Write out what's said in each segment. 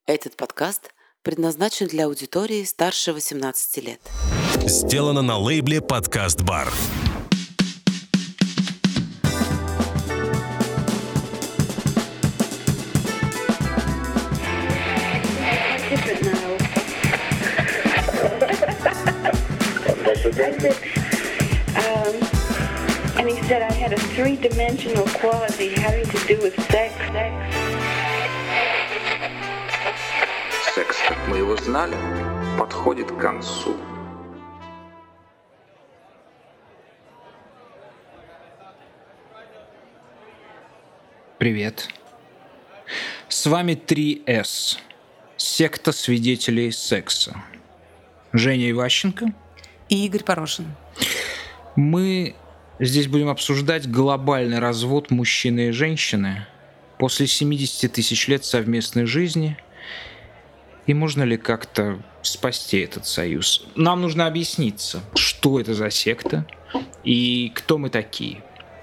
Этот подкаст предназначен для аудитории старше 18 лет. Сделано на лейбле «Подкаст Бар». And he said I had a three-dimensional quality having to do with sex. Секс, как мы его знали, подходит к концу. Привет. С вами 3С. Секта свидетелей секса. Женя Иващенко И Игорь Порошин. Мы здесь будем обсуждать глобальный развод мужчины и женщины после 70 тысяч лет совместной жизни. И можно ли как-то спасти этот союз? Нам нужно объясниться, что это за секта и кто мы такие.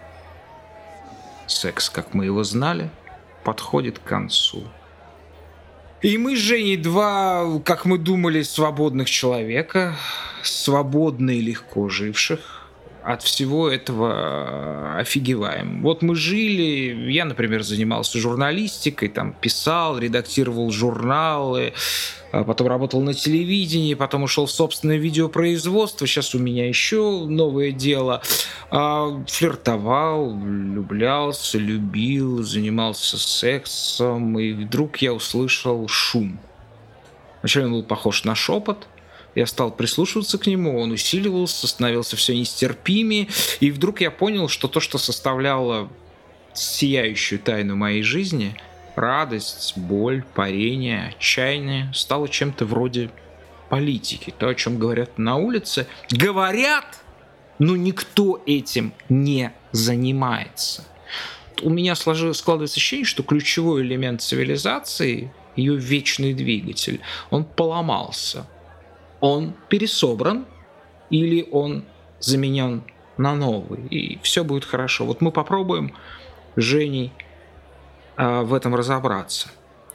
Секс, как мы его знали, подходит к концу. И мы с Женей два, как мы думали, свободных человека, свободно и легко живших. От всего этого офигеваем. Вот мы жили, я, например, занимался журналистикой, там писал, редактировал журналы, потом работал на телевидении, потом ушел в собственное видеопроизводство, сейчас у меня еще новое дело. Флиртовал, влюблялся, любил, занимался сексом, и вдруг я услышал шум. Вначале он был похож на шепот. Я стал прислушиваться к нему, он усиливался, становился все нестерпимее, и вдруг я понял, что то, что составляло сияющую тайну моей жизни, радость, боль, парение, отчаяние, стало чем-то вроде политики. То, о чем говорят на улице, говорят, но никто этим не занимается. У меня складывается ощущение, что ключевой элемент цивилизации, ее вечный двигатель, он поломался. Он пересобран или он заменен на новый, и все будет хорошо. Вот мы попробуем с Женей в этом разобраться.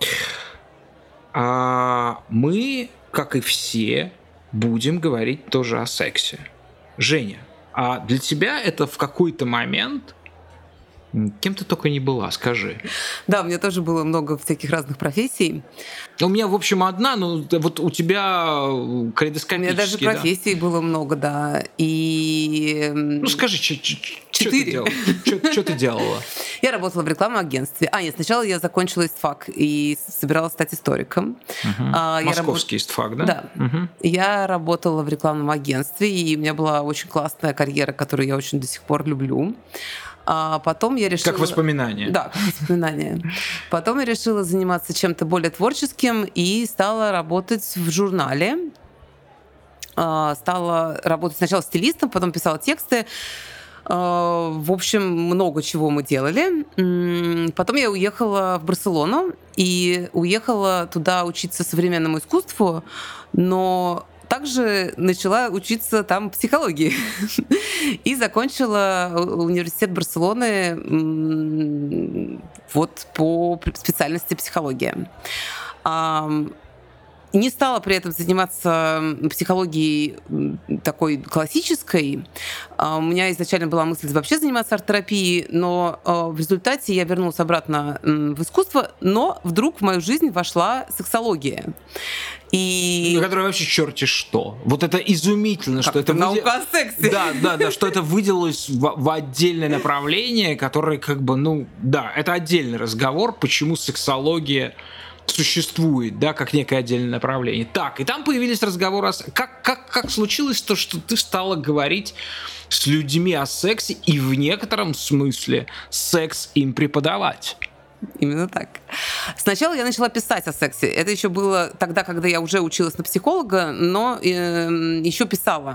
Мы, как и все, будем говорить тоже о сексе. Женя, а для тебя это в какой-то момент... Кем ты только не была, скажи. Да, у меня тоже было много всяких разных профессий. У меня, в общем, одна, но вот у тебя калейдоскопически. У меня даже профессий было много, да. И... Ну, скажи, что ты делала? Что ты делала? Я работала в рекламном агентстве. Нет, сначала я закончила ИСТФАК и собиралась стать историком. Московский ИСТФАК, да? Да. Я работала в рекламном агентстве, и у меня была очень классная карьера, которую я очень до сих пор люблю. Потом я решила... Как воспоминание. Да, как воспоминание. Потом я решила заниматься чем-то более творческим и стала работать в журнале. Стала работать сначала стилистом, потом писала тексты. В общем, много чего мы делали. Потом я уехала в Барселону и уехала туда учиться современному искусству, но также начала учиться там психологии и закончила университет Барселоны вот по специальности психология. Не стала при этом заниматься психологией такой классической. У меня изначально была мысль вообще заниматься арт-терапией, но в результате я вернулась обратно в искусство, но вдруг в мою жизнь вошла сексология. Которая вообще черти что. Вот это изумительно, что это... Наука о сексе. Да, что это выделилось в отдельное направление, которое это отдельный разговор, почему сексология существует, да, как некое отдельное направление. Так, и там появились разговоры как случилось то, что ты стала говорить с людьми о сексе и в некотором смысле секс им преподавать? Именно так. Сначала я начала писать о сексе. Это еще было тогда, когда я уже училась на психолога, но еще писала.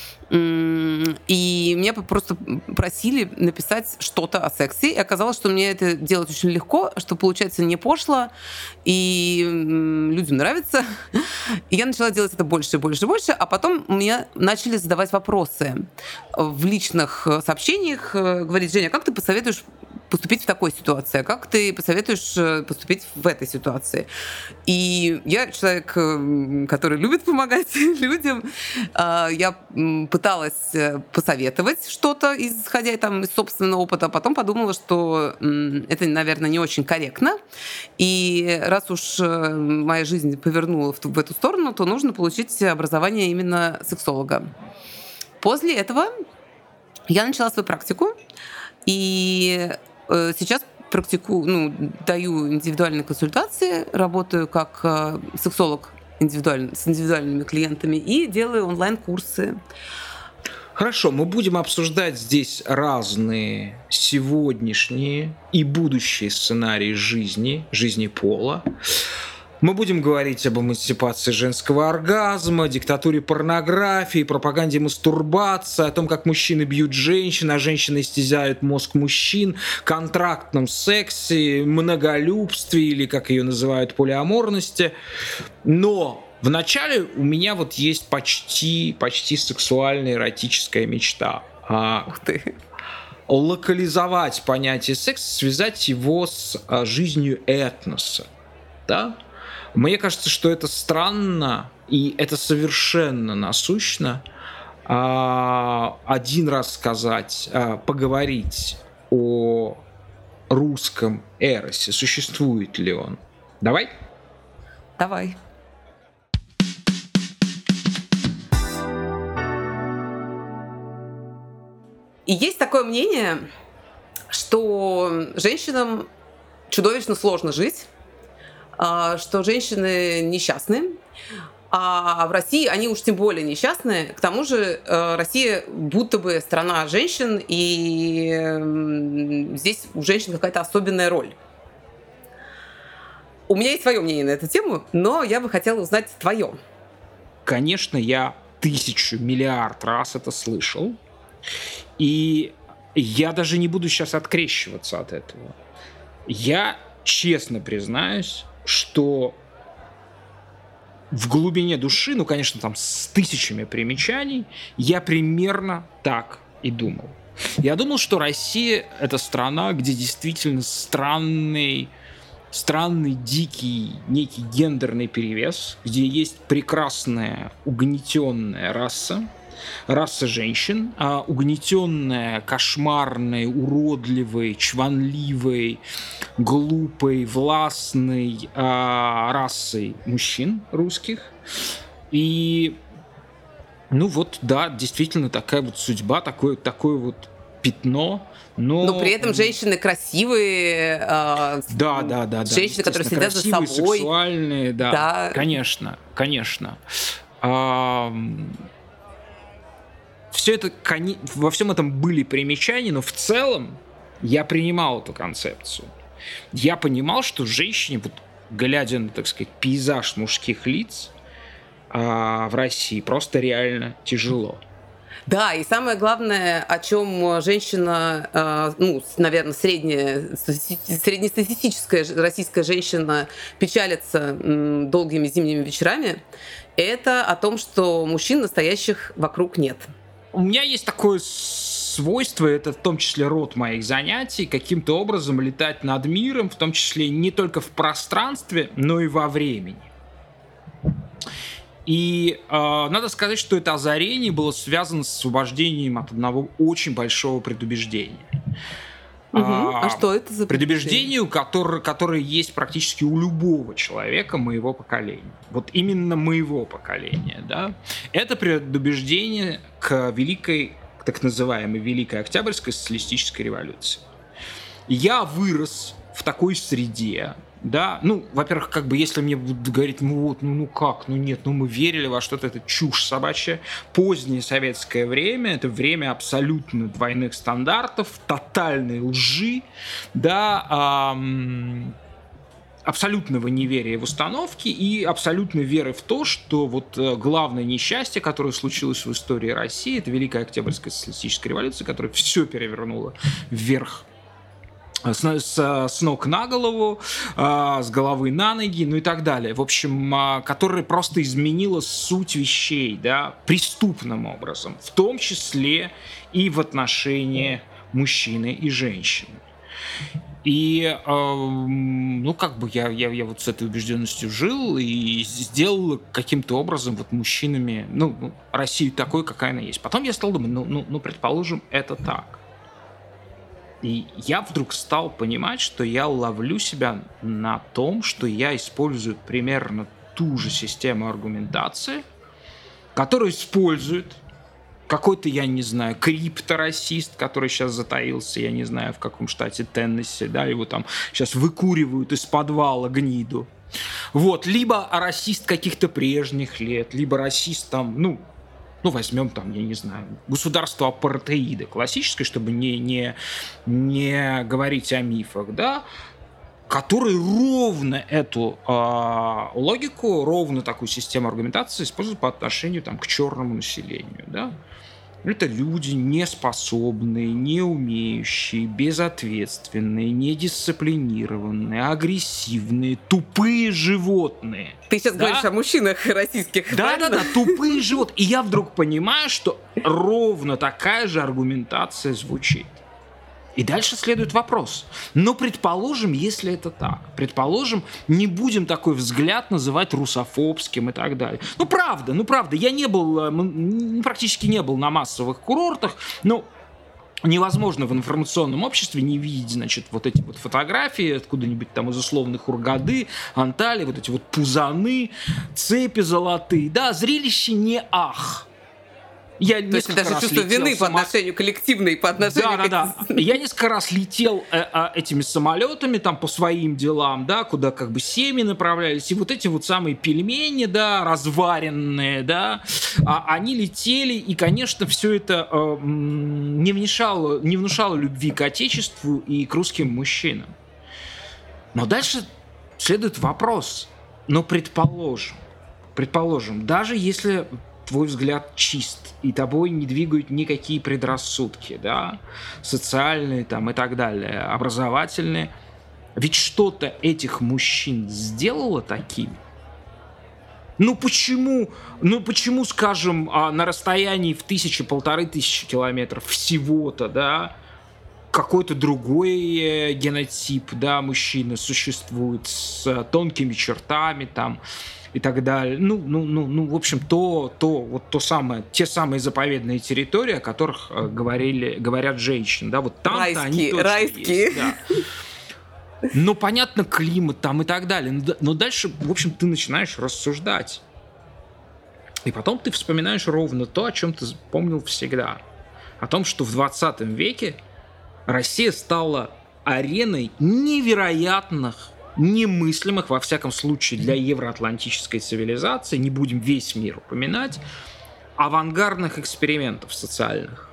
И меня просто просили написать что-то о сексе, и оказалось, что мне это делать очень легко, что получается не пошло, и людям нравится. И я начала делать это больше и больше и больше, а потом мне начали задавать вопросы в личных сообщениях, говорить: Женя, как ты посоветуешь поступить в такой ситуации, а как ты посоветуешь поступить в этой ситуации. И я человек, который любит помогать людям. Я пыталась посоветовать что-то, исходя там из собственного опыта, а потом подумала, что это, наверное, не очень корректно. И раз уж моя жизнь повернула в эту сторону, то нужно получить образование именно сексолога. После этого я начала свою практику, и сейчас даю индивидуальные консультации, работаю как сексолог с индивидуальными клиентами и делаю онлайн-курсы. Хорошо, мы будем обсуждать здесь разные сегодняшние и будущие сценарии жизни пола. Мы будем говорить об эмансипации женского оргазма, диктатуре порнографии, пропаганде мастурбации, о том, как мужчины бьют женщин, а женщины истязают мозг мужчин, контрактном сексе, многолюбстве или, как ее называют, полиаморности. Но вначале у меня вот есть почти сексуальная эротическая мечта. Ух ты. Локализовать понятие секса, связать его с жизнью этноса. Да? Мне кажется, что это странно, и это совершенно насущно. Один раз поговорить о русском эросе, существует ли он. Давай? Давай. И есть такое мнение, что женщинам чудовищно сложно жить, что женщины несчастны, а в России они уж тем более несчастны. К тому же Россия будто бы страна женщин, и здесь у женщин какая-то особенная роль. У меня есть свое мнение на эту тему, но я бы хотела узнать твое. Конечно, я 1000 миллиард раз это слышал, и я даже не буду сейчас открещиваться от этого. Я честно признаюсь, что в глубине души, конечно, там с тысячами примечаний, я примерно так и думал. Я думал, что Россия — это страна, где действительно странный, дикий, некий гендерный перевес, где есть прекрасная угнетенная раса женщин, угнетенная кошмарной, уродливой, чванливой, глупой, властной расой мужчин русских. И, действительно такая вот судьба, такое вот пятно. Но при этом женщины красивые, женщины, которые следят за собой. Сексуальные, да. Конечно. Все это, во всем этом были примечания, но в целом я принимал эту концепцию. Я понимал, что женщине, вот, глядя на, так сказать, пейзаж мужских лиц в России, просто реально тяжело. Да, и самое главное, о чем женщина, наверное, среднестатистическая российская женщина печалится долгими зимними вечерами, это о том, что мужчин настоящих вокруг нет. У меня есть такое свойство, это в том числе род моих занятий, каким-то образом летать над миром, в том числе не только в пространстве, но и во времени. И надо сказать, что это озарение было связано с освобождением от одного очень большого предубеждения. А что это за предубеждение? Которое есть практически у любого человека моего поколения. Вот именно моего поколения. Да? Это предубеждение к великой, так называемой Великой Октябрьской социалистической революции. Я вырос в такой среде, да, во-первых, если мне будут говорить, мы верили во что-то, это чушь собачья. Позднее советское время, это время абсолютно двойных стандартов, тотальной лжи, да, абсолютного неверия в установки и абсолютной веры в то, что вот главное несчастье, которое случилось в истории России, это Великая Октябрьская социалистическая революция, которая все перевернула вверх с ног на голову, с головы на ноги, и так далее. В общем, которая просто изменила суть вещей, да, преступным образом, в том числе и в отношении мужчины и женщины. И, ну, как бы я вот с этой убежденностью жил и сделал каким-то образом вот мужчинами, ну, Россию такой, какая она есть. Потом я стал думать, ну, предположим, это так. И я вдруг стал понимать, что я ловлю себя на том, что я использую примерно ту же систему аргументации, которую использует какой-то, я не знаю, крипторасист, который сейчас затаился, я не знаю, в каком штате Теннесси, да, его там сейчас выкуривают из подвала гниду. Вот, либо расист каких-то прежних лет, либо расист там, ну, возьмем там, я не знаю, государство апартеида, классическое, чтобы не говорить о мифах, да, который ровно эту логику, ровно такую систему аргументации использует по отношению там, к черному населению, да. Это люди неспособные, не умеющие, безответственные, недисциплинированные, агрессивные, тупые животные. Ты сейчас говоришь о мужчинах российских, да, тупые животные. И я вдруг понимаю, что ровно такая же аргументация звучит. И дальше следует вопрос. Но предположим, если это так. Предположим, не будем такой взгляд называть русофобским и так далее. Ну, правда. Я не был, практически не был на массовых курортах, но невозможно в информационном обществе не видеть, значит, вот эти вот фотографии откуда-нибудь там из условных Хургады, Анталии, вот эти вот пузаны, цепи золотые. Да, зрелище не ах. Я То есть даже чувство вины по отношению коллективной, по отношению Да. Я несколько раз летел этими самолетами там по своим делам, да, куда как бы семьи направлялись, и вот эти вот самые пельмени, да, разваренные, да, они летели, и, конечно, все это не внушало любви к отечеству и к русским мужчинам. Но дальше следует вопрос. Но предположим, даже если твой взгляд чист, и тобой не двигают никакие предрассудки, да, социальные там и так далее, образовательные. Ведь что-то этих мужчин сделало такими. Ну почему, скажем, на расстоянии в 1000-1500 километров всего-то, да, какой-то другой генотип, да, мужчины существует с тонкими чертами там, и так далее. В общем, те самые заповедные территории, о которых говорят женщины, да, вот там-то они точно есть, да. Ну, понятно, климат там и так далее, но дальше, в общем, ты начинаешь рассуждать. И потом ты вспоминаешь ровно то, о чем ты помнил всегда. О том, что в 20 веке Россия стала ареной невероятных, немыслимых, во всяком случае, для евроатлантической цивилизации, не будем весь мир упоминать, авангардных экспериментов социальных.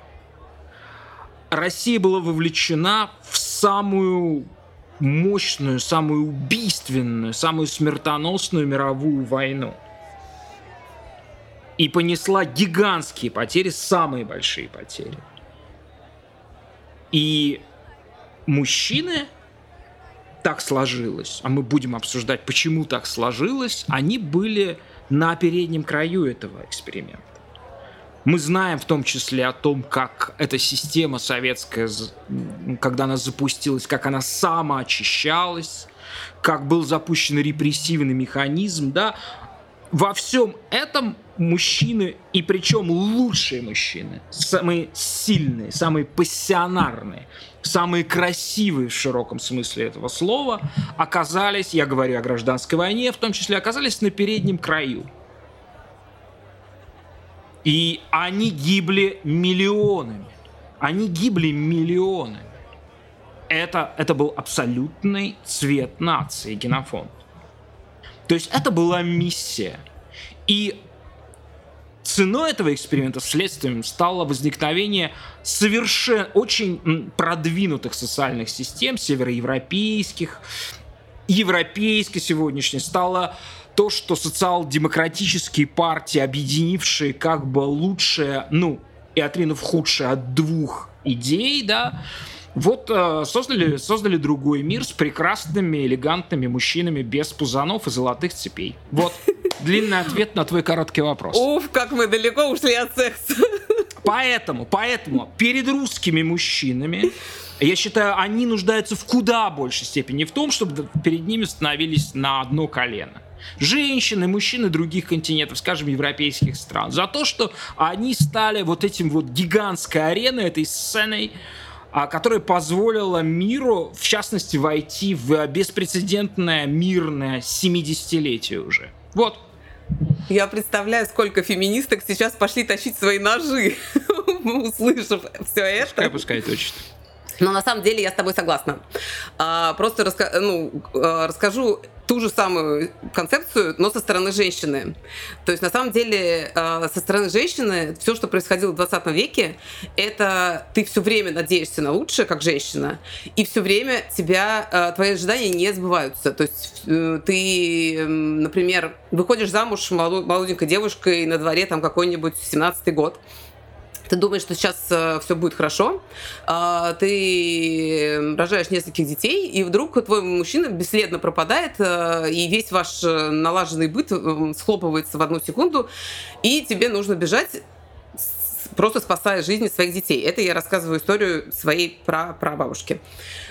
Россия была вовлечена в самую мощную, самую убийственную, самую смертоносную мировую войну. И понесла гигантские потери, самые большие потери. И мужчины, так сложилось, а мы будем обсуждать, почему так сложилось, они были на переднем краю этого эксперимента. Мы знаем в том числе о том, как эта система советская, когда она запустилась, как она самоочищалась, как был запущен репрессивный механизм, да. Во всем этом мужчины, и причем лучшие мужчины, самые сильные, самые пассионарные, самые красивые в широком смысле этого слова, оказались, я говорю о гражданской войне, в том числе оказались на переднем краю. И они гибли миллионами. Это был абсолютный цвет нации, генофонд. То есть это была миссия. И ценой этого эксперимента, следствием, стало возникновение совершенно очень продвинутых социальных систем, североевропейских, европейской сегодняшней, стало то, что социал-демократические партии, объединившие как бы лучшее, и отринув худшее от двух идей, да, вот создали другой мир с прекрасными, элегантными мужчинами без пузанов и золотых цепей. Вот длинный ответ на твой короткий вопрос. Уф, как мы далеко ушли от секса. Поэтому перед русскими мужчинами, я считаю, они нуждаются в куда большей степени в том, чтобы перед ними становились на одно колено. Женщины, мужчины других континентов, скажем, европейских стран, за то, что они стали вот этим вот гигантской ареной, этой сценой, которая позволила миру, в частности, войти в беспрецедентное мирное 70-летие уже. Вот. Я представляю, сколько феминисток сейчас пошли тащить свои ножи, услышав все это. Пускай точно. Но на самом деле я с тобой согласна. Просто расскажу ту же самую концепцию, но со стороны женщины. То есть на самом деле со стороны женщины все, что происходило в 20 веке, это ты все время надеешься на лучшее, как женщина, и все время твои ожидания не сбываются. То есть ты, например, выходишь замуж молоденькой девушкой, на дворе там какой-нибудь 17-й год, ты думаешь, что сейчас все будет хорошо, ты рожаешь нескольких детей, и вдруг твой мужчина бесследно пропадает, и весь ваш налаженный быт схлопывается в одну секунду, и тебе нужно бежать, просто спасая жизни своих детей. Это я рассказываю историю своей прабабушки.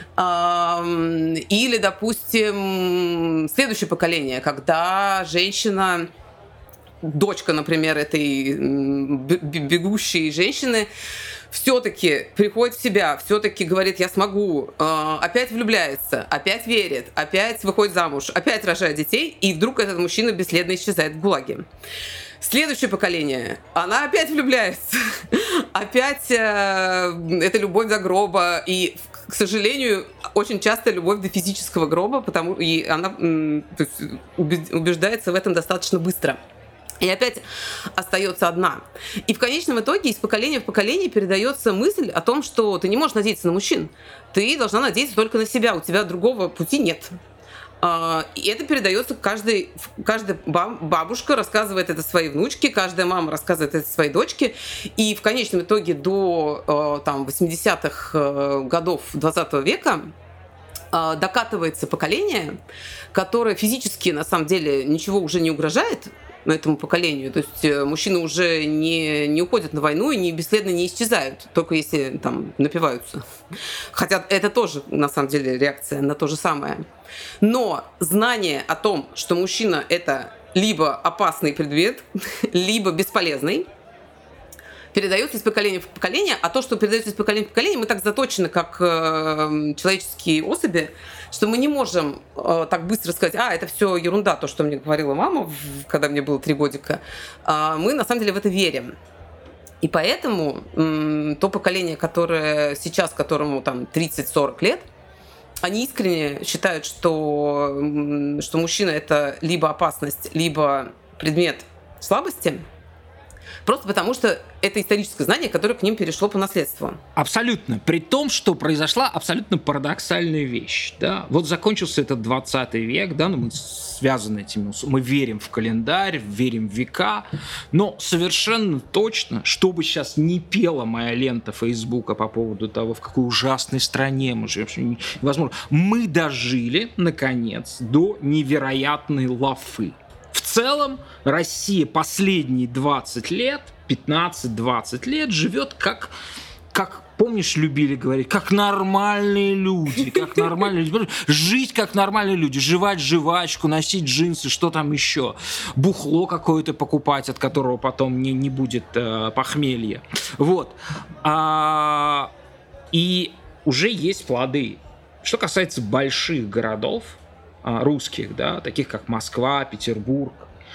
Или, допустим, следующее поколение, когда женщина... Дочка, например, этой бегущей женщины все-таки приходит в себя, все-таки говорит, я смогу, опять влюбляется, опять верит, опять выходит замуж, опять рожает детей, и вдруг этот мужчина бесследно исчезает в ГУЛАГе. Следующее поколение, она опять влюбляется, опять это любовь до гроба, и, к сожалению, очень часто любовь до физического гроба, и она убеждается в этом достаточно быстро. И опять остается одна. И в конечном итоге из поколения в поколение передается мысль о том, что ты не можешь надеяться на мужчин. Ты должна надеяться только на себя. У тебя другого пути нет. И это передается каждая бабушка рассказывает это своей внучке, каждая мама рассказывает это своей дочке. И в конечном итоге до 80-х годов 20 века докатывается поколение, которое физически, на самом деле, ничего уже не угрожает этому поколению. То есть мужчины уже не уходят на войну и бесследно не исчезают, только если там напиваются. Хотя это тоже, на самом деле, реакция на то же самое. Но знание о том, что мужчина – это либо опасный предмет, либо бесполезный, передается из поколения в поколение, а то, что передается из поколения в поколение, мы так заточены, как человеческие особи, что мы не можем так быстро сказать, это все ерунда, то, что мне говорила мама, когда мне было 3 годика. Мы на самом деле в это верим. И поэтому то поколение, которое сейчас, которому там 30-40 лет, они искренне считают, что мужчина – это либо опасность, либо предмет слабости, просто потому что это историческое знание, которое к ним перешло по наследству. Абсолютно. При том, что произошла абсолютно парадоксальная вещь. Да? Вот закончился этот 20 век, да, мы связаны этим, мы верим в календарь, верим в века, но совершенно точно, что бы сейчас не пела моя лента Фейсбука по поводу того, в какой ужасной стране мы живем, невозможно, мы дожили, наконец, до невероятной лафы. В целом Россия последние 20 лет, 15-20 лет живет как, помнишь, любили говорить, как нормальные люди, жить как нормальные люди, жевать жвачку, носить джинсы, что там еще, бухло какое-то покупать, от которого потом не будет похмелья. Вот. И уже есть плоды. Что касается больших городов, русских, да, таких как Москва, Петербург,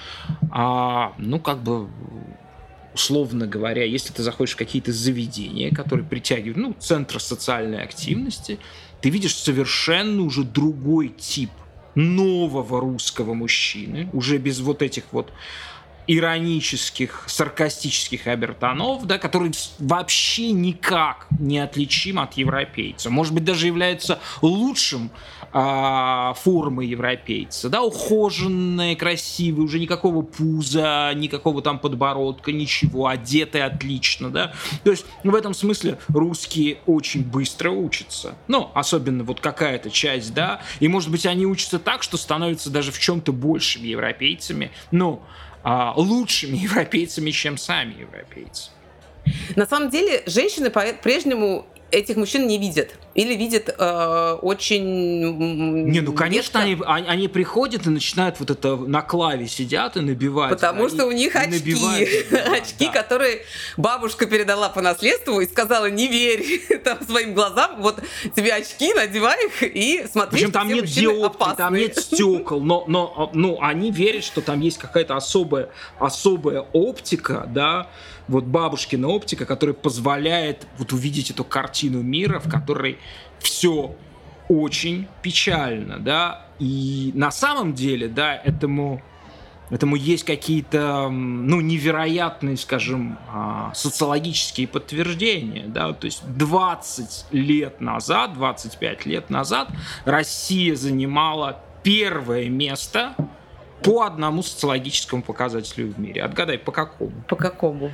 условно говоря, если ты заходишь в какие-то заведения, которые притягивают, центры социальной активности, ты видишь совершенно уже другой тип нового русского мужчины, уже без вот этих вот иронических, саркастических обертонов, да, который вообще никак не отличим от европейца. Может быть, даже является лучшим формой европейца. Да, ухоженные, красивые, уже никакого пуза, никакого там подбородка, ничего, одетые отлично. Да? То есть в этом смысле русские очень быстро учатся. Особенно вот какая-то часть, да, и может быть они учатся так, что становятся даже в чем-то большими европейцами, лучшими европейцами, чем сами европейцы. На самом деле, женщины по-прежнему этих мужчин не видят. Или видят очень... Не, ну, конечно, они приходят и начинают вот это на клаве сидят и набивать. Потому что у них очки. Очки, которые бабушка передала по наследству и сказала, не верь там своим глазам, вот тебе очки, надевай их и смотри, причем там нет диоптрий, там нет стекол, но они верят, что там есть какая-то особая оптика, да, вот бабушкина оптика, которая позволяет вот увидеть эту картину мира, в которой все очень печально, да, и на самом деле, да, этому есть какие-то, ну, невероятные, скажем, социологические подтверждения, да, то есть 20 лет назад, 25 лет назад Россия занимала первое место по одному социологическому показателю в мире. Отгадай, по какому? По какому?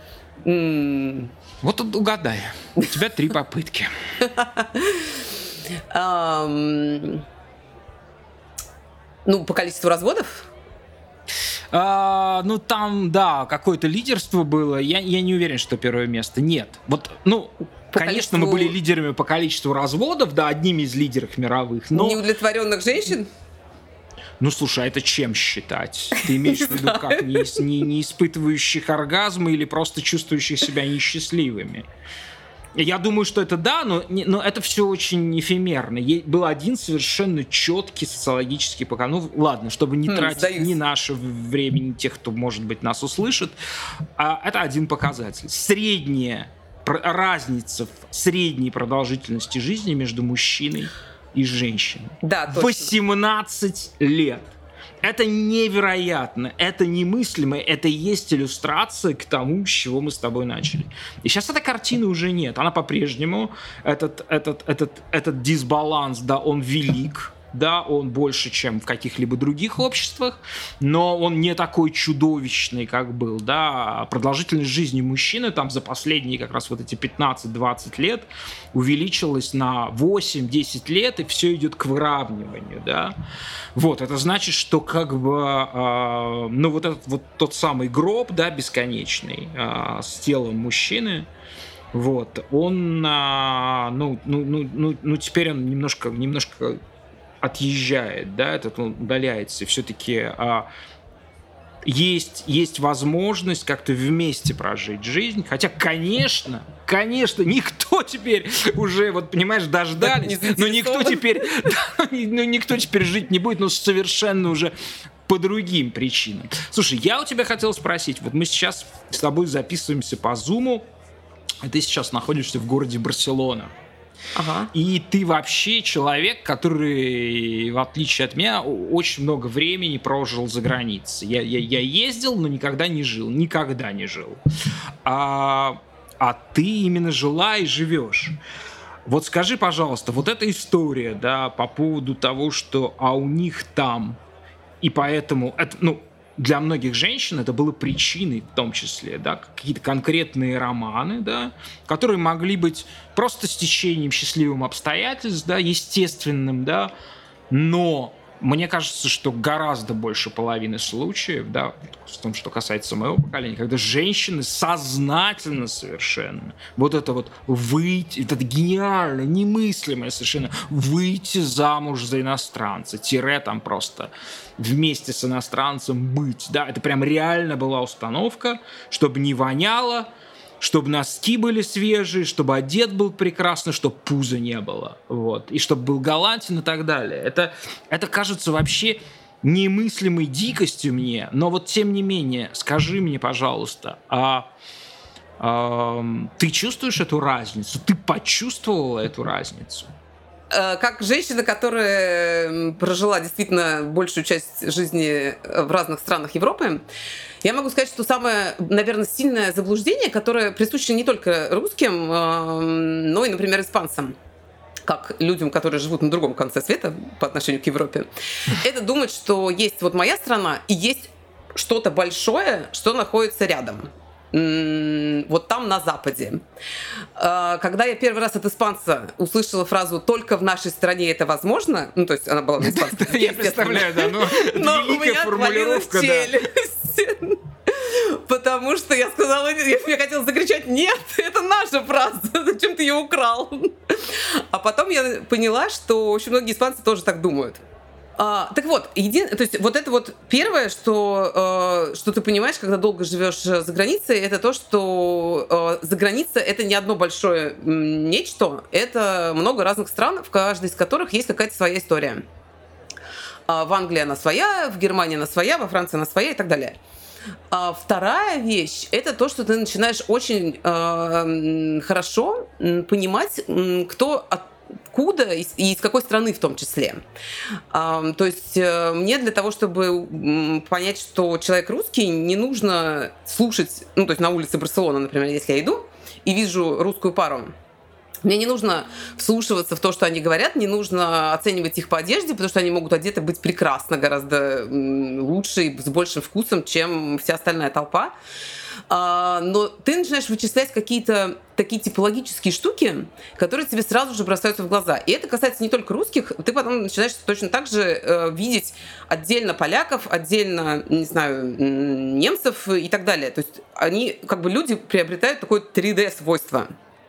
Вот тут угадай. У тебя 3 попытки. Ну, по количеству разводов? Ну, там, да, какое-то лидерство было. Я не уверен, что первое место. Нет. Вот, ну, конечно, мы были лидерами по количеству разводов, да, одними из лидеров мировых, но... Неудовлетворенных женщин? Ну, слушай, а это чем считать? Ты имеешь в виду как? Не испытывающих оргазмы или просто чувствующих себя несчастливыми? Я думаю, что это да, но это все очень эфемерно. Был один совершенно четкий социологический показатель. Ну, ладно, чтобы не тратить ни наше время, ни тех, кто, может быть, нас услышит. Это один показатель. Средняя разница в средней продолжительности жизни между мужчиной и женщиной. Да, точно. 18 лет. Это невероятно, это немыслимо, это и есть иллюстрация к тому, с чего мы с тобой начали. И сейчас этой картины уже нет, она по-прежнему, этот дисбаланс, да, он велик, да, он больше, чем в каких-либо других обществах, но он не такой чудовищный, как был, да. Продолжительность жизни мужчины там за последние как раз вот эти 15-20 лет увеличилась на 8-10 лет, и все идет к выравниванию, да. Вот, это значит, что как бы, ну вот этот вот тот самый гроб, да, бесконечный, с телом мужчины, вот, он, теперь он немножко отъезжает, да, этот он удаляется, и все-таки есть возможность как-то вместе прожить жизнь, хотя, конечно, никто теперь уже, вот, понимаешь, дождались, но никто теперь жить не будет, но совершенно уже по другим причинам. Слушай, я у тебя хотел спросить, вот мы сейчас с тобой записываемся по Зуму, и ты сейчас находишься в городе Барселона. Ага. И ты вообще человек, который, в отличие от меня, очень много времени прожил за границей. Я ездил, но никогда не жил. А ты именно жила и живешь. Вот скажи, пожалуйста, вот эта история, да, по поводу того, что у них там, и поэтому это, ну, для многих женщин это было причиной, в том числе, да, какие-то конкретные романы, да, которые могли быть просто стечением счастливым обстоятельств, да, естественным, да, но мне кажется, что гораздо больше половины случаев, да, в том, что касается моего поколения, когда женщины сознательно совершенно вот это вот выйти, это гениально, немыслимое совершенно, выйти замуж за иностранца, там просто вместе с иностранцем быть, да, это прям реально была установка, чтобы не воняло, чтобы носки были свежие, чтобы одет был прекрасно, чтобы пуза не было, вот, и чтобы был галантен и так далее. Это кажется вообще немыслимой дикостью мне, но вот тем не менее, скажи мне, пожалуйста, ты чувствуешь эту разницу? Ты почувствовала эту разницу? Как женщина, которая прожила действительно большую часть жизни в разных странах Европы, я могу сказать, что самое, наверное, сильное заблуждение, которое присуще не только русским, но и, например, испанцам, как людям, которые живут на другом конце света по отношению к Европе, это думать, что есть вот моя страна и есть что-то большое, что находится рядом. Вот там на Западе. Когда я первый раз от испанца услышала фразу «только в нашей стране это возможно», ну, то есть она была на испанском. Я представляю, да, но это великая формулировка, да. Потому что я сказала, я хотела закричать: нет, это наша фраза, зачем ты ее украл? А потом я поняла, что очень многие испанцы тоже так думают. Так вот, то есть вот это вот первое, что ты понимаешь, когда долго живешь за границей, это то, что за границей это не одно большое нечто, это много разных стран, в каждой из которых есть какая-то своя история. В Англии она своя, в Германии она своя, во Франции она своя и так далее. Вторая вещь – это то, что ты начинаешь очень хорошо понимать, кто откуда и из какой страны в том числе. То есть мне для того, чтобы понять, что человек русский, не нужно слушать, то есть на улице Барселоны, например, если я иду и вижу русскую пару, мне не нужно вслушиваться в то, что они говорят, не нужно оценивать их по одежде, потому что они могут одеты быть прекрасно, гораздо лучше и с большим вкусом, чем вся остальная толпа. Но ты начинаешь вычислять какие-то такие типологические штуки, которые тебе сразу же бросаются в глаза. И это касается не только русских, ты потом начинаешь точно так же видеть отдельно поляков, отдельно, не знаю, немцев и так далее. То есть они, люди приобретают такое 3D-свойство.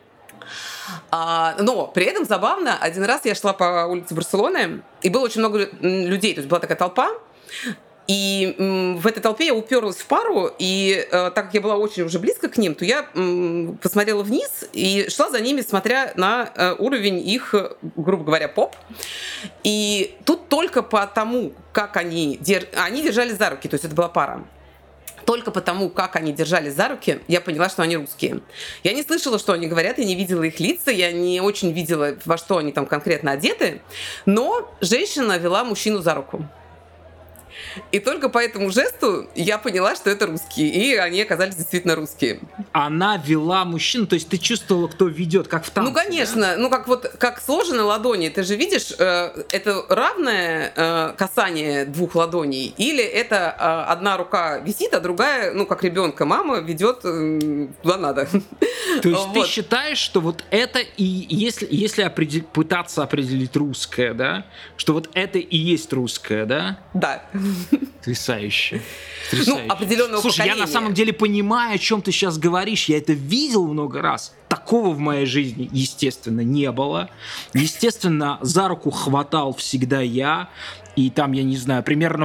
Но при этом забавно, один раз я шла по улице Барселоны, и было очень много людей, то есть была такая толпа, и в этой толпе я уперлась в пару, и так как я была очень уже близко к ним, то я посмотрела вниз и шла за ними, смотря на уровень их, грубо говоря, поп. И тут только по тому, как они держались за руки, то есть это была пара. Только потому, как они держались за руки, я поняла, что они русские. Я не слышала, что они говорят, я не видела их лица, я не очень видела, во что они там конкретно одеты, но женщина вела мужчину за руку. И только по этому жесту я поняла, что это русские, и они оказались действительно русские. Она вела мужчину, то есть ты чувствовала, кто ведет, как в танце? Ну, конечно, да? Как сложены ладони, ты же видишь, это равное касание двух ладоней, или это одна рука висит, а другая, как ребенка, мама ведет куда надо. То есть ты считаешь, что вот это и если пытаться определить русское, да, что вот это и есть русское, да? Да. Потрясающе. Определенного Слушай, поколения. я на самом деле понимаю, о чем ты сейчас говоришь. Я это видел много раз. Такого в моей жизни, естественно, не было. Естественно, за руку хватал всегда я. И там, я не знаю, примерно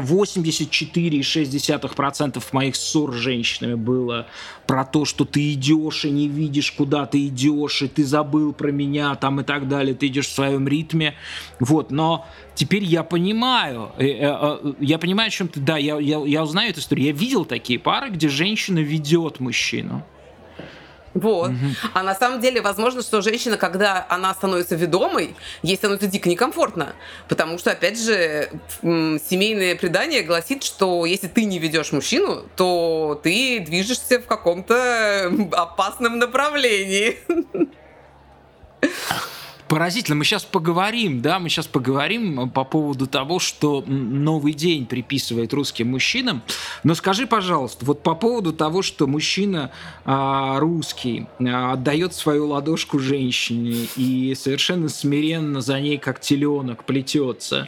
84,6% моих ссор с женщинами было про то, что ты идешь и не видишь, куда ты идешь, и ты забыл про меня, там и так далее, ты идешь в своем ритме. Вот, но теперь я понимаю, о чем ты, да, я узнаю эту историю. Я видел такие пары, где женщина ведет мужчину. Вот. А на самом деле, возможно, что женщина, когда она становится ведомой, ей становится дико некомфортно. Потому что, опять же, семейное предание гласит, что если ты не ведешь мужчину, то ты движешься в каком-то опасном направлении. Поразительно. Мы сейчас поговорим по поводу того, что новый день приписывает русским мужчинам. Но скажи, пожалуйста, вот по поводу того, что мужчина русский отдает свою ладошку женщине и совершенно смиренно за ней, как теленок, плетется.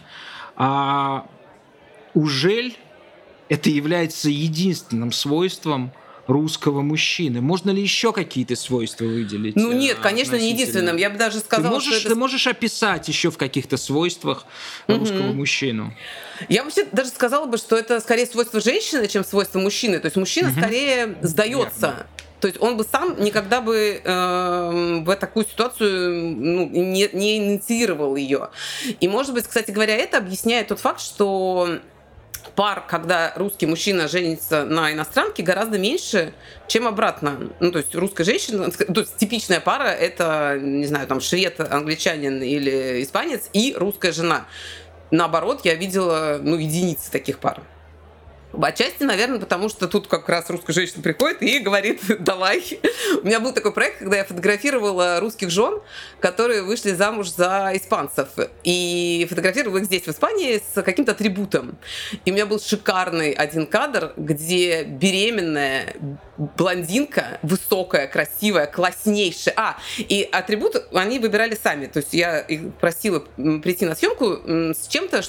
Ужель это является единственным свойством русского мужчины? Можно ли еще какие-то свойства выделить? Нет, конечно, не единственным. Я бы даже сказала, ты можешь описать еще в каких-то свойствах русского мужчину? Я вообще даже сказала бы, что это скорее свойство женщины, чем свойство мужчины. То есть мужчина скорее сдается. То есть он бы сам никогда бы в такую ситуацию не инициировал ее. И, может быть, кстати говоря, это объясняет тот факт, что пар, когда русский мужчина женится на иностранке, гораздо меньше, чем обратно. То есть русская женщина, то есть типичная пара — это, не знаю, там швед, англичанин или испанец и русская жена. Наоборот, я видела, единицы таких пар. Отчасти, наверное, потому что тут как раз русская женщина приходит и говорит: давай. У меня был такой проект, когда я фотографировала русских жен, которые вышли замуж за испанцев. И фотографировала их здесь, в Испании, с каким-то атрибутом. И у меня был шикарный один кадр, где беременная блондинка, высокая, красивая, класснейшая. И атрибут они выбирали сами. То есть я их просила прийти на съемку с чем-то, что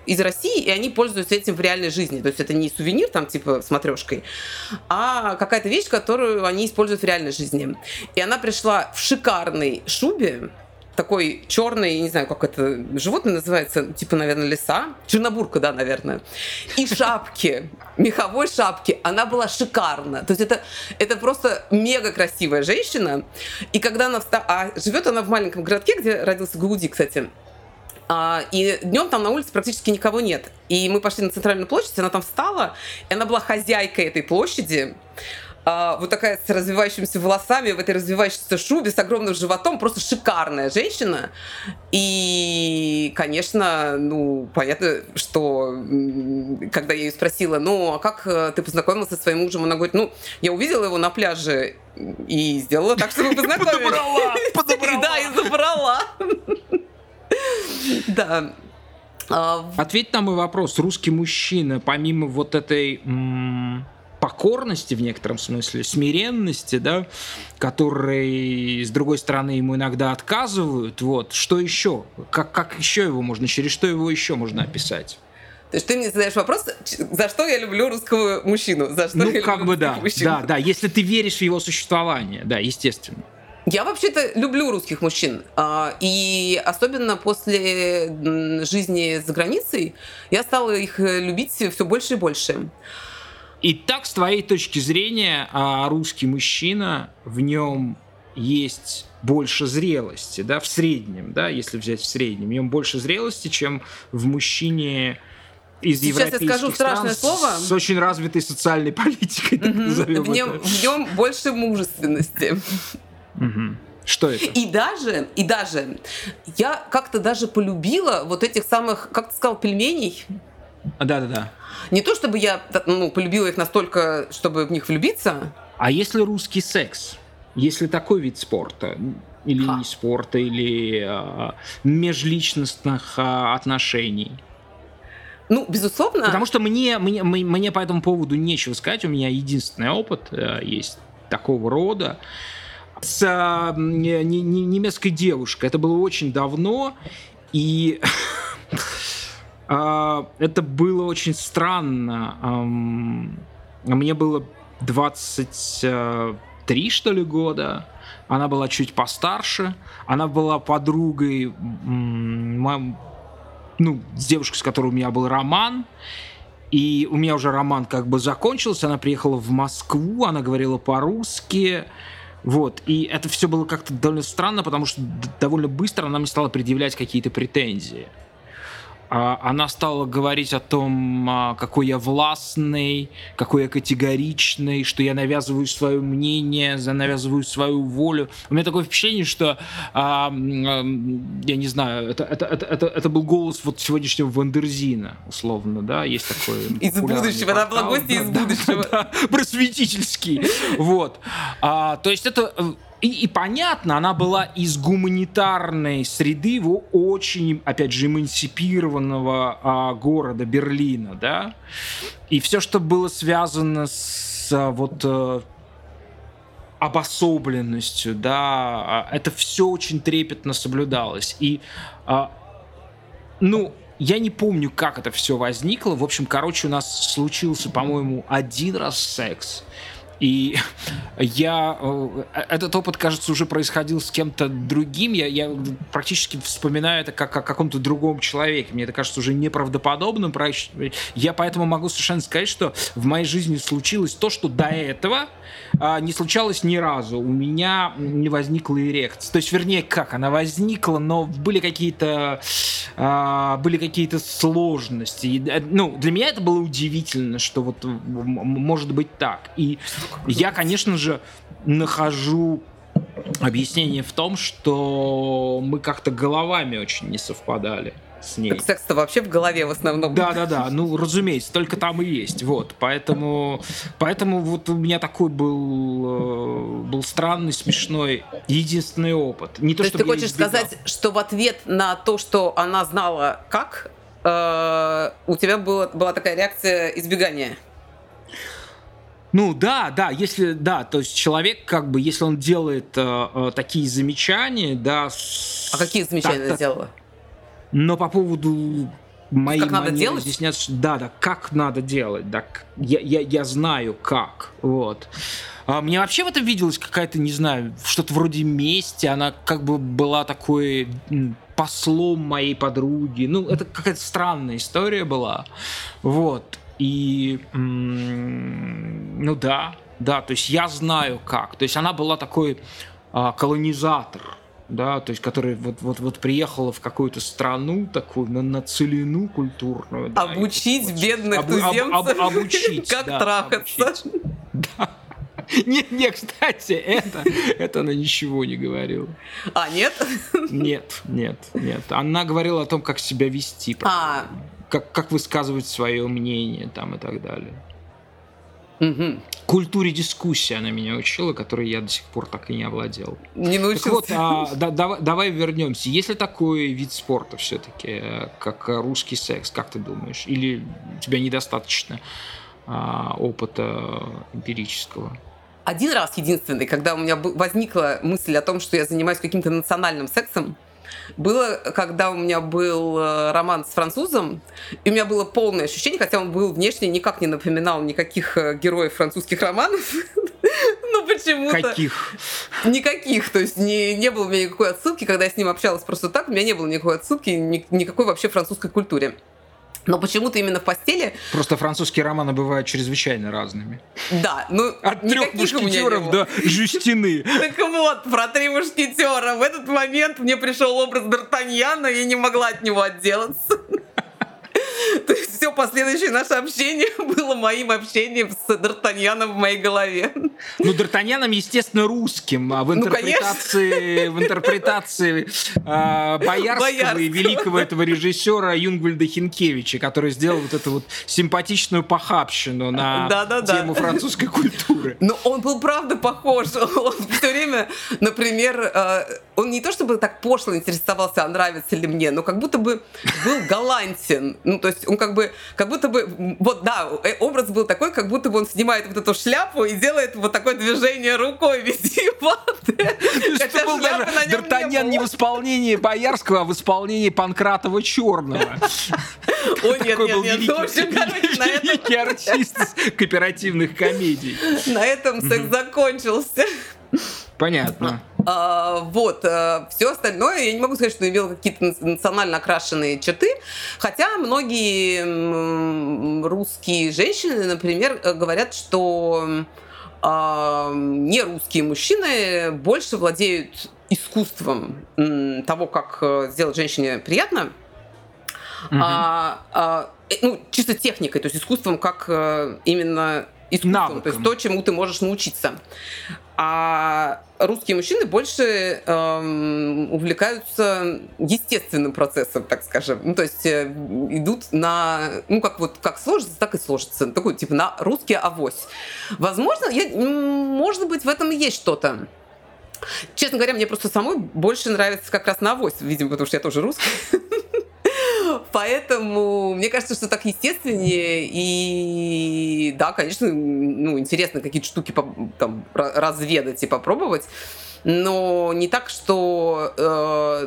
из России, и они пользуются этим в реальной жизни. То есть это не сувенир, там, типа, с матрешкой, а какая-то вещь, которую они используют в реальной жизни. И она пришла в шикарной шубе, такой черный, не знаю, как это животное называется, типа, наверное, лиса. Чернобурка, да, наверное. И шапки, меховой шапки. Она была шикарна. То есть это просто мега красивая женщина. И когда она живет она в маленьком городке, где родился Гауди, кстати. И днем там на улице практически никого нет. И мы пошли на центральную площадь, она там встала, и она была хозяйкой этой площади. Вот такая с развивающимися волосами, в этой развивающейся шубе, с огромным животом, просто шикарная женщина. И, конечно, понятно, что когда я ее спросила, а как ты познакомился со своим мужем, она говорит, я увидела его на пляже и сделала так, что мы познакомились. Подобрала. Да, и забрала. Да. Ответь на мой вопрос. Русский мужчина, помимо вот этой покорности в некотором смысле, смиренности, да, которой, с другой стороны, ему иногда отказывают, что еще? Как еще его можно, через что его еще можно описать? То есть ты мне задаешь вопрос, за что я люблю русского мужчину? За что я люблю русских мужчин? Да, если ты веришь в его существование, да, естественно. Я вообще-то люблю русских мужчин, и особенно после жизни за границей я стала их любить все больше и больше. Итак, с твоей точки зрения, русский мужчина, в нем есть больше зрелости, да, в среднем, да, если взять в среднем, в нем больше зрелости, чем в мужчине из европейских Сейчас я скажу страшное слово. С очень развитой социальной политикой, так назовем это. В нем больше мужественности. Что это? И даже я как-то даже полюбила вот этих самых, как ты сказал, пельменей. Да. Не то чтобы я полюбила их настолько, чтобы в них влюбиться. А если русский секс? Если такой вид спорта? Или не спорта, или межличностных отношений? Безусловно. Потому что мне по этому поводу нечего сказать. У меня единственный опыт есть такого рода с немецкой девушкой. Это было очень давно, и это было очень странно. Мне было 23, что ли, года. Она была чуть постарше. Она была подругой с девушкой, с которой у меня был роман. И у меня уже роман как бы закончился. Она приехала в Москву, она говорила по-русски. И это все было как-то довольно странно, потому что довольно быстро она мне стала предъявлять какие-то претензии. Она стала говорить о том, какой я властный, какой я категоричный, что я навязываю свое мнение, навязываю свою волю. У меня такое впечатление, что, я не знаю, это был голос сегодняшнего Вандерзина, условно, да, есть такой... Из будущего, она была гостья из будущего. Да, просветительский. То есть это... И понятно, она была из гуманитарной среды, очень, опять же, эмансипированного города Берлина, да, и все, что было связано с обособленностью, да, это все очень трепетно соблюдалось. И, я не помню, как это все возникло. В общем, у нас случился, по-моему, один раз секс. И этот опыт, кажется, уже происходил с кем-то другим. Я практически вспоминаю это как о каком-то другом человеке. Мне это кажется уже неправдоподобным. Я поэтому могу совершенно сказать, что в моей жизни случилось то, что до этого не случалось ни разу. У меня не возникла эрекция. То есть, вернее, как? Она возникла, но были какие-то сложности. Для меня это было удивительно, что может быть так. И я, конечно же, нахожу объяснение в том, что мы как-то головами очень не совпадали с ней. Так секс-то вообще в голове в основном. Да, разумеется, только там и есть. Поэтому у меня такой был странный, смешной, единственный опыт. Не то, есть ты хочешь сказать, что в ответ на то, что она знала как, у тебя была такая реакция избегания? То есть человек, если он делает такие замечания, да. А какие замечания она делала? Но по поводу мои как надо манеры делать? здесь нет. Да, как надо делать, да, я знаю как, вот. Мне вообще в этом виделась какая-то, не знаю, что-то вроде мести, она как бы была такой послом моей подруги, ну, это какая-то странная история была, вот, и, ну да, то есть я знаю как, то есть она была такой колонизатор, да, то есть, который вот приехала в какую-то страну такую на целину культурную. Да, обучить бедных туземцев, обучить, как да, трахаться. обучить. Да. Не, кстати, это она ничего не говорила. А, нет? Нет. Она говорила о том, как себя вести, как высказывать свое мнение там и так далее. Угу. Культуре дискуссии она меня учила, которой я до сих пор так и не овладел. Не научился. Так вот, давай вернемся. Есть ли такой вид спорта все-таки, как русский секс, как ты думаешь? Или у тебя недостаточно опыта эмпирического? Один раз единственный, когда у меня возникла мысль о том, что я занимаюсь каким-то национальным сексом, было, когда у меня был роман с французом, и у меня было полное ощущение, хотя он был внешне никак не напоминал никаких героев французских романов, ну почему-то... Каких? Никаких, то есть не было у меня никакой отсылки, когда я с ним общалась просто так, у меня не было никакой отсылки, никакой вообще французской культуре. Но почему-то именно в постели... Просто французские романы бывают чрезвычайно разными. Да, ну... От 3 мушкетеров до Жюстины. Так вот, про 3 мушкетера. В этот момент мне пришел образ Д'Артаньяна, и я не могла от него отделаться. То есть все последующее наше общение было моим общением с Д'Артаньяном в моей голове. Ну, Д'Артаньяном, естественно, русским, а в интерпретации Боярского и великого этого режиссера Юнгвальда Хинкевича, который сделал вот эту вот симпатичную похабщину на тему французской культуры. Но он был правда похож. Он все время, например, он не то чтобы так пошло интересовался, а нравится ли мне, но как будто бы был галантен. Ну, то есть он как будто бы, вот да, образ был такой, как будто бы он снимает вот эту шляпу и делает вот такое движение рукой витиеватое. Это был даже Д'Артаньян не в исполнении Боярского, а в исполнении Панкратова Черного. О, нет, в общем, короче, на этом... Великий артист кооперативных комедий. На этом секс закончился. Понятно. Вот, все остальное, я не могу сказать, что имел какие-то национально окрашенные черты, хотя многие русские женщины, например, говорят, что не русские мужчины больше владеют искусством того, как сделать женщине приятно, ну, чисто техникой, то есть искусством как именно искусством, навыком. То есть то, чему ты можешь научиться. А русские мужчины больше увлекаются естественным процессом, так скажем. Ну, то есть идут на... Ну, как сложится, так и сложится. Такой, типа, на русский авось. Возможно, может быть, в этом и есть что-то. Честно говоря, мне просто самой больше нравится как раз на авось, видимо, потому что я тоже русская. Поэтому мне кажется, что так естественнее. И да, конечно, ну, интересно какие-то штуки там разведать и попробовать. Но не так, что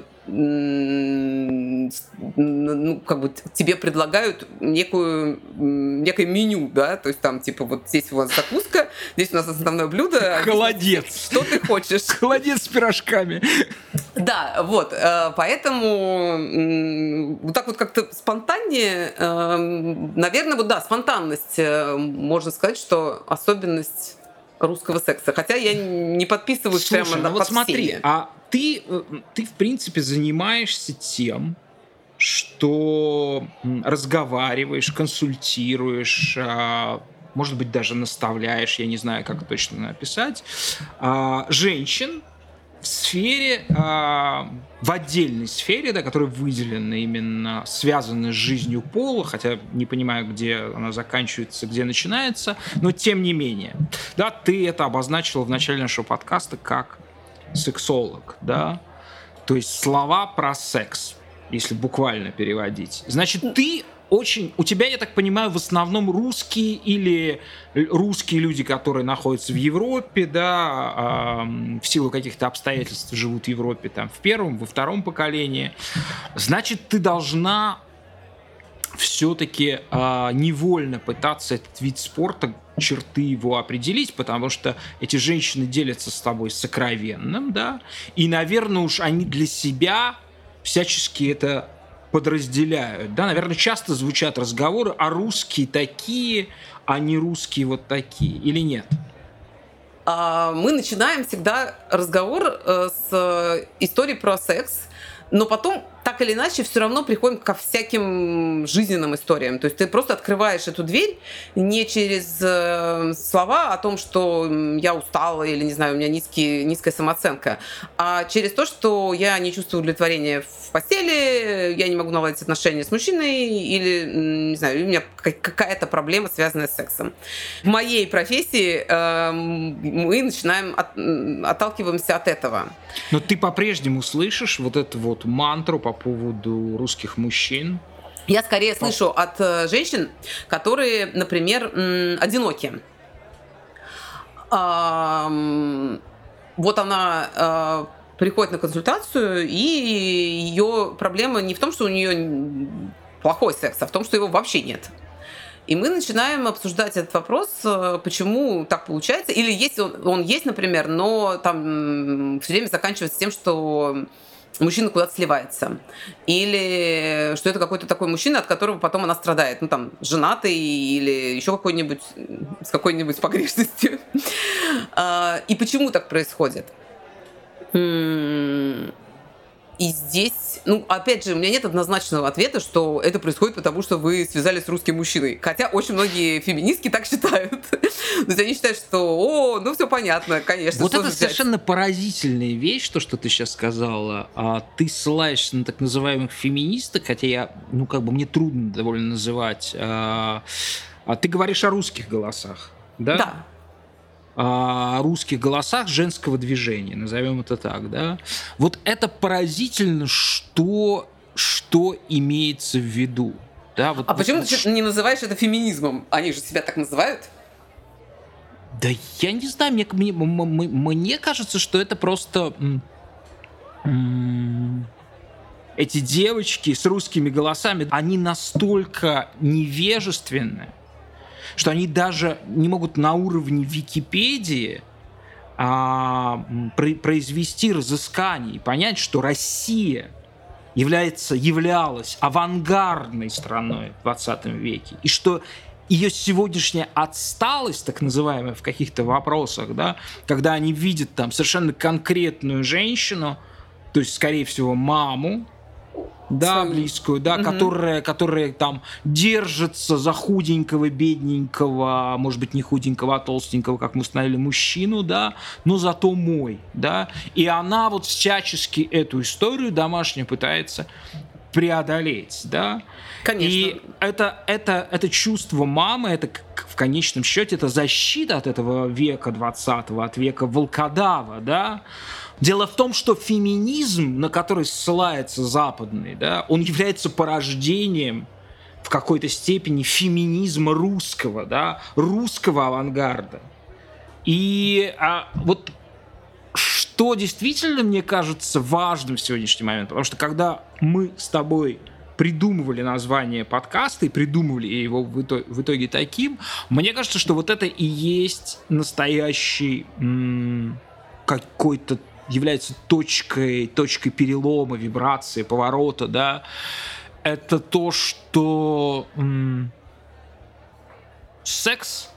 ну, как бы тебе предлагают некое меню, да, то есть там типа вот здесь у вас закуска, здесь у нас основное блюдо. Холодец. Что ты хочешь? Холодец с пирожками. Да, вот, поэтому вот так вот как-то спонтаннее, наверное, вот да, спонтанность, можно сказать, что особенность русского секса. Хотя я не подписываюсь. Слушай, прямо на вот смотри, а ты в принципе занимаешься тем, что разговариваешь, консультируешь, может быть, даже наставляешь, я не знаю, как точно написать, женщин в сфере, в отдельной сфере, да, которая выделена именно, связана с жизнью пола, хотя не понимаю, где она заканчивается, где начинается, но тем не менее. Да, ты это обозначила в начале нашего подкаста как сексолог, да, то есть слова про секс, если буквально переводить. Значит, ты очень... У тебя, я так понимаю, в основном русские или русские люди, которые находятся в Европе, да, в силу каких-то обстоятельств живут в Европе там в первом, во втором поколении. Значит, ты должна все-таки невольно пытаться этот вид спорта, черты его определить, потому что эти женщины делятся с тобой сокровенным, да, и, наверное, уж они для себя всячески это подразделяют, да, наверное, часто звучат разговоры, а русские такие, а не русские вот такие, или нет? Мы начинаем всегда разговор с истории про секс, но потом, так или иначе, все равно приходим ко всяким жизненным историям. То есть ты просто открываешь эту дверь не через слова о том, что я устала или, не знаю, у меня низкая самооценка, а через то, что я не чувствую удовлетворения в постели, я не могу наладить отношения с мужчиной или, не знаю, у меня какая-то проблема, связанная с сексом. В моей профессии мы начинаем отталкиваемся от этого. Но ты по-прежнему слышишь вот эту вот мантру по поводу русских мужчин? Я скорее слышу от женщин, которые, например, одиноки. Вот она приходит на консультацию, и ее проблема не в том, что у нее плохой секс, а в том, что его вообще нет. И мы начинаем обсуждать этот вопрос, почему так получается. Или если он есть, например, но там все время заканчивается тем, что мужчина куда-то сливается. Или что это какой-то такой мужчина, от которого потом она страдает. Ну, там, женатый или еще какой-нибудь с какой-нибудь погрешностью. И почему так происходит? И здесь, ну, опять же, у меня нет однозначного ответа, что это происходит потому, что вы связались с русским мужчиной. Хотя очень многие феминистки так считают. То есть они считают, что, ну все понятно, конечно. Вот это совершенно поразительная вещь, то, что ты сейчас сказала. Ты ссылаешься на так называемых феминисток, хотя я, мне трудно довольно называть. Ты говоришь о русских голосах, да? Да. О русских голосах женского движения, назовем это так, да. Вот это поразительно, что имеется в виду. Да, вот, почему ты не называешь это феминизмом? Они же себя так называют? Да я не знаю, мне кажется, что это просто эти девочки с русскими голосами, они настолько невежественны, что они даже не могут на уровне Википедии произвести разыскание и понять, что Россия являлась авангардной страной в 20 веке, и что ее сегодняшняя отсталость, так называемая, в каких-то вопросах, да, когда они видят там совершенно конкретную женщину, то есть, скорее всего, маму, да, близкую, да, которая там держится за худенького, бедненького, может быть, не худенького, а толстенького, как мы установили, мужчину, да, но зато мой, да, и она вот всячески эту историю домашнюю пытается преодолеть, да. Конечно. И это чувство мамы, это в конечном счете, это защита от этого века 20-го, от века волкодава, да. Дело в том, что феминизм, на который ссылается западный, да, он является порождением в какой-то степени феминизма русского, да, русского авангарда. И вот что действительно, мне кажется, важным в сегодняшний момент, потому что когда мы с тобой придумывали название подкаста и придумывали его в итоге таким, мне кажется, что вот это и есть настоящий какой-то является точкой перелома, вибрации, поворота, да, это то, что секс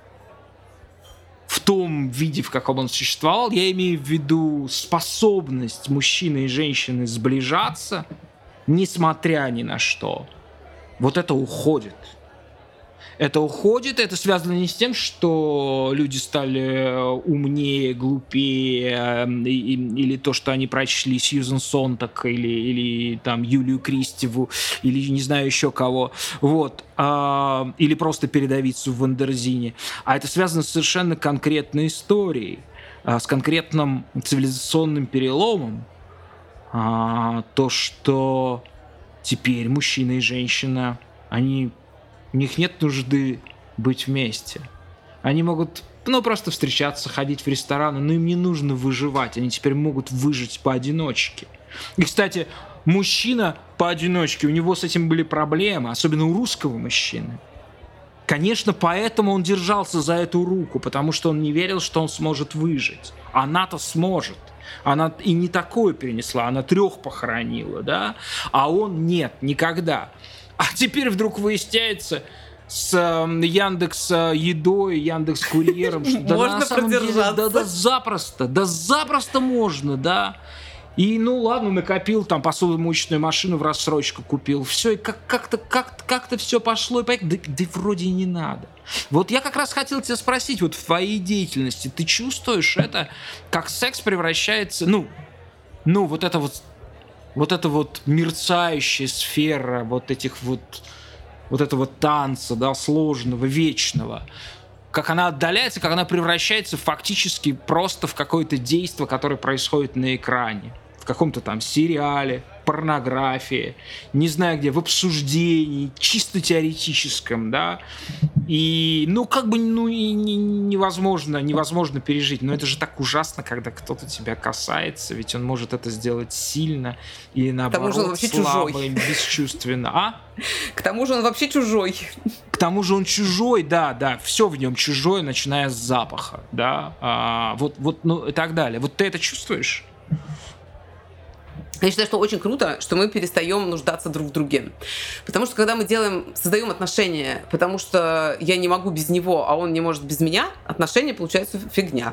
в том виде, в каком он существовал, я имею в виду способность мужчины и женщины сближаться, несмотря ни на что, вот это уходит. Это уходит, это связано не с тем, что люди стали умнее, глупее, или то, что они прочли Сьюзен Сонтак, или там Юлию Кристеву, или не знаю еще кого, вот, или просто передовицу в Вандерзине, а это связано с совершенно конкретной историей, с конкретным цивилизационным переломом, то, что теперь мужчина и женщина, у них нет нужды быть вместе. Они могут, просто встречаться, ходить в рестораны, но им не нужно выживать. Они теперь могут выжить поодиночке. И, кстати, мужчина поодиночке, у него с этим были проблемы, особенно у русского мужчины. Конечно, поэтому он держался за эту руку, потому что он не верил, что он сможет выжить. Она-то сможет. Она и не такое перенесла, она 3 похоронила, да? А он нет, никогда. А теперь вдруг выясняется с Яндекс Едой, Яндекс Курьером, что да, можно на самом деле, продержаться. да запросто можно, да. И, ну ладно, накопил там посудомоечную машину, в рассрочку купил. Все, и как-то все пошло, и поехало. Да вроде и не надо. Вот я как раз хотел тебя спросить, вот в твоей деятельности ты чувствуешь это, как секс превращается, вот эта вот мерцающая сфера вот этих вот этого танца, да, сложного, вечного, как она отдаляется, как она превращается фактически просто в какое-то действие, которое происходит на экране. В каком-то там сериале, порнографии, не знаю где, в обсуждении, чисто теоретическом, да, и, невозможно пережить, но это же так ужасно, когда кто-то тебя касается, ведь он может это сделать сильно и наоборот слабо и бесчувственно, К тому же он вообще чужой. К тому же он чужой, да, все в нем чужое, начиная с запаха, да, и так далее. Вот ты это чувствуешь? Я считаю, что очень круто, что мы перестаем нуждаться друг в друге. Потому что когда мы создаем отношения, потому что я не могу без него, а он не может без меня, отношения получаются фигня.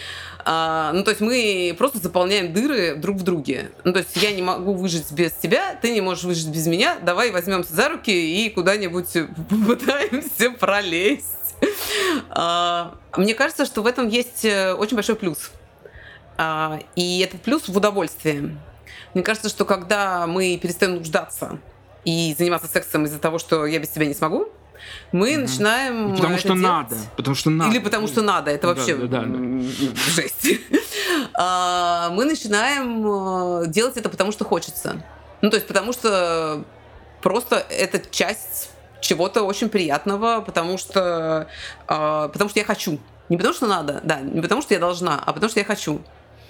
То есть мы просто заполняем дыры друг в друге. То есть я не могу выжить без тебя, ты не можешь выжить без меня, давай возьмемся за руки и куда-нибудь попытаемся пролезть. Мне кажется, что в этом есть очень большой плюс. И этот плюс в удовольствии. Мне кажется, что когда мы перестаем нуждаться и заниматься сексом из-за того, что я без тебя не смогу, мы начинаем потому что надо. Или потому что надо. Это вообще жесть. Мы начинаем делать это потому, что хочется. То есть потому что просто это часть чего-то очень приятного, потому что я хочу. Не потому что надо, да, не потому что я должна, а потому что я хочу.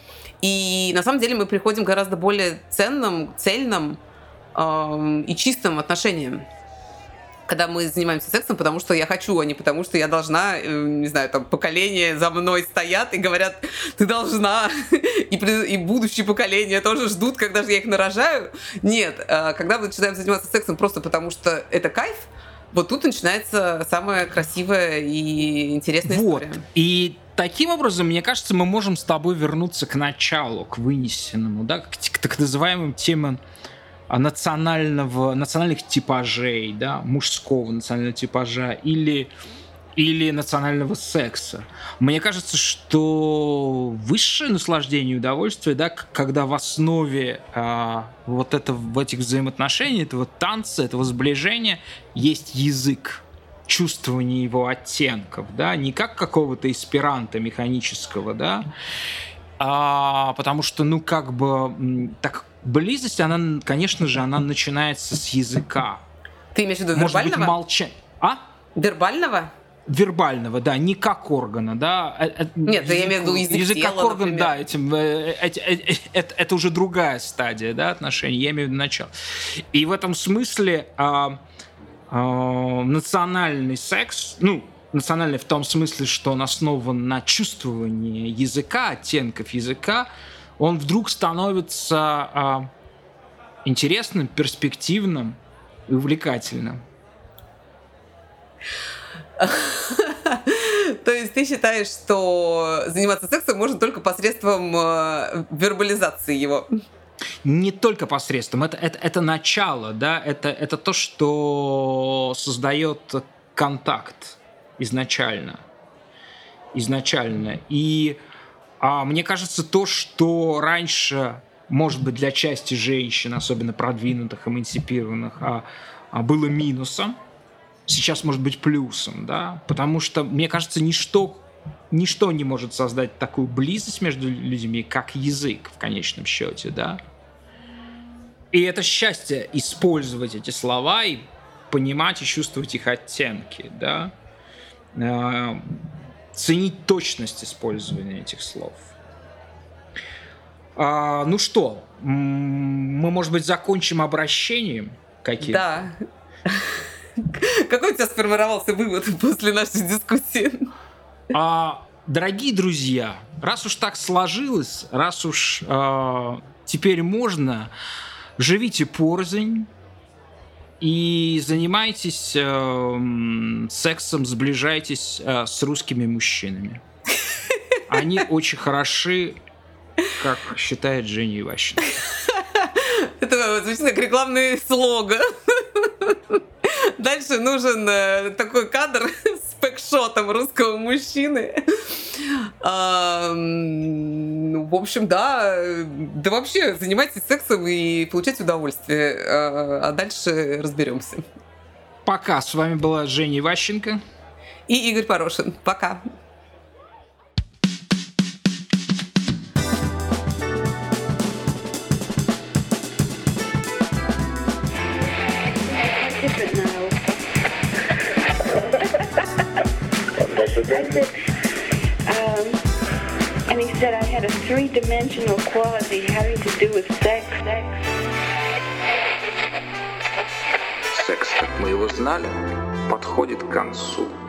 И на самом деле мы приходим к гораздо более ценным, цельным и чистым отношениям, когда мы занимаемся сексом, потому что я хочу, а не потому что я должна, не знаю, там поколения за мной стоят и говорят, ты должна, и будущие поколения тоже ждут, когда же я их нарожаю. Нет, когда мы начинаем заниматься сексом просто потому что это кайф, вот тут начинается самая красивая и интересная история. И таким образом, мне кажется, мы можем с тобой вернуться к началу, к вынесенному, да, к так называемым темам национальных типажей, да, мужского национального типажа или национального секса. Мне кажется, что высшее наслаждение и удовольствие, да, когда в основе в этих взаимоотношений, этого танца, этого сближения есть язык, чувствование его оттенков, да, не как какого-то эсперанто механического, да, потому что, так близость, она, конечно же, она начинается с языка. Ты имеешь в виду вербального? Может быть, молчание. Вербального? Вербального, да, не как органа, да. Нет, я имею в виду язык как тела, орган, например. да, это уже другая стадия, да, отношений, я имею в виду начало. И в этом смысле национальный секс, национальный в том смысле, что он основан на чувствовании языка, оттенков языка, он вдруг становится интересным, перспективным и увлекательным. То есть ты считаешь, что заниматься сексом можно только посредством вербализации его? Не только посредством, это начало, да, это то, что создает контакт изначально. И мне кажется, то, что раньше, может быть, для части женщин, особенно продвинутых, эмансипированных, было минусом, сейчас может быть плюсом, да, потому что, мне кажется, ничто не может создать такую близость между людьми, как язык в конечном счете, да. И это счастье использовать эти слова и понимать и чувствовать их оттенки, да. Ценить точность использования этих слов. Ну что, мы, может быть, закончим обращением каким-то? Да. Какой у тебя сформировался вывод после нашей дискуссии? Дорогие друзья, раз уж так сложилось, раз уж теперь можно, живите порознь и занимайтесь сексом, сближайтесь с русскими мужчинами. Они очень хороши, как считает Женя Иващенко. Это звучит как рекламный слоган. Дальше нужен такой кадр с бэкшотом русского мужчины. В общем, да вообще занимайтесь сексом и получайте удовольствие. А дальше разберемся. Пока. С вами была Женя Иващенко и Игорь Порошин. Пока. And he said I had a three-dimensional quality having to do with sex. Секс, как мы его знали, подходит к концу.